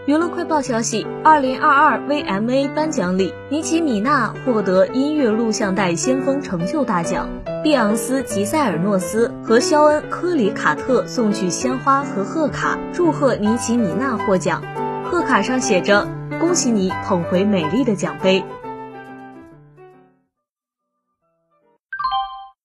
娱乐快报消息，2022 VMA 颁奖礼，尼奇·米娜获得音乐录像带先锋成就大奖，碧昂斯·吉塞尔诺斯和肖恩·科里卡特送去鲜花和贺卡，祝贺尼奇·米娜获奖。贺卡上写着：“恭喜你捧回美丽的奖杯。”